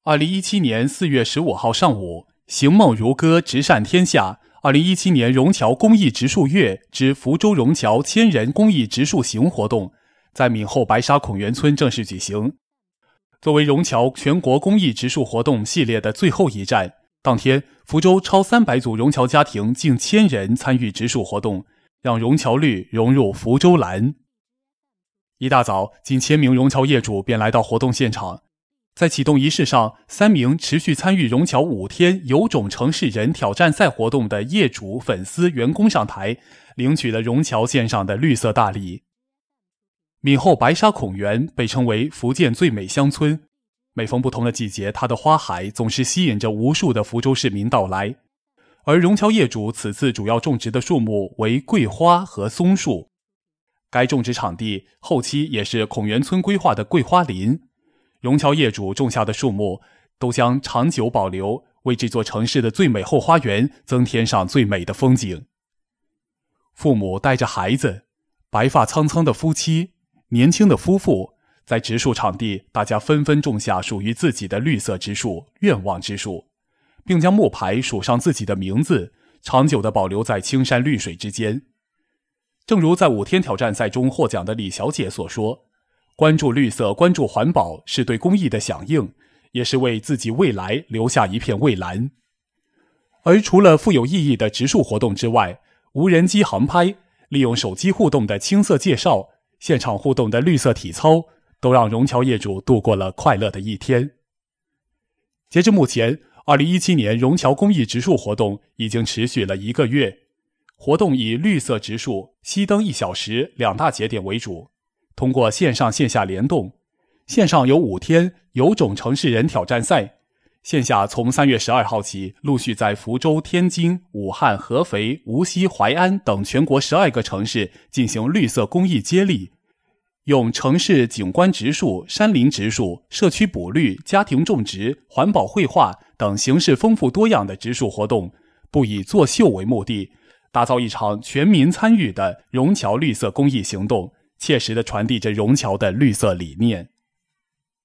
2017年4月15号上午，行梦如歌，直善天下2017年榕桥公益植树月之福州榕桥千人公益植树行活动在闽后白沙孔园村正式举行。作为榕桥全国公益植树活动系列的最后一站，当天福州超300组榕桥家庭近1000人参与植树活动，让榕桥绿融入福州蓝。一大早，近1000名榕桥业主便来到活动现场。在启动仪式上，3名持续参与榕桥5天有种城市人挑战赛活动的业主、粉丝、员工上台，领取了榕桥献上的绿色大礼。闽后白沙孔园被称为福建最美乡村，每逢不同的季节，它的花海总是吸引着无数的福州市民到来。而榕桥业主此次主要种植的树木为桂花和松树，该种植场地后期也是孔园村规划的桂花林。榕桥业主种下的树木都将长久保留，为这座城市的最美后花园增添上最美的风景。父母带着孩子，白发苍苍的夫妻，年轻的夫妇，在植树场地，大家纷纷种下属于自己的绿色植树、愿望之树，并将木牌署上自己的名字，长久地保留在青山绿水之间。正如在5天挑战赛中获奖的李小姐所说，关注绿色，关注环保，是对公益的响应，也是为自己未来留下一片蔚蓝。而除了富有意义的植树活动之外，无人机航拍、利用手机互动的青色介绍、现场互动的绿色体操，都让榕桥业主度过了快乐的一天。截至目前，2017年榕桥公益植树活动已经持续了1个月。活动以绿色植树、熄灯1小时2大节点为主，通过线上线下联动，线上有5天有种城市人挑战赛，线下从3月12号起陆续在福州、天津、武汉、合肥、无锡、淮安等全国12个城市进行绿色公益接力，用城市景观植树、山林植树、社区补绿、家庭种植、环保绘画等形式丰富多样的植树活动，不以作秀为目的，打造一场全民参与的榕桥绿色公益行动，切实地传递着榕桥的绿色理念。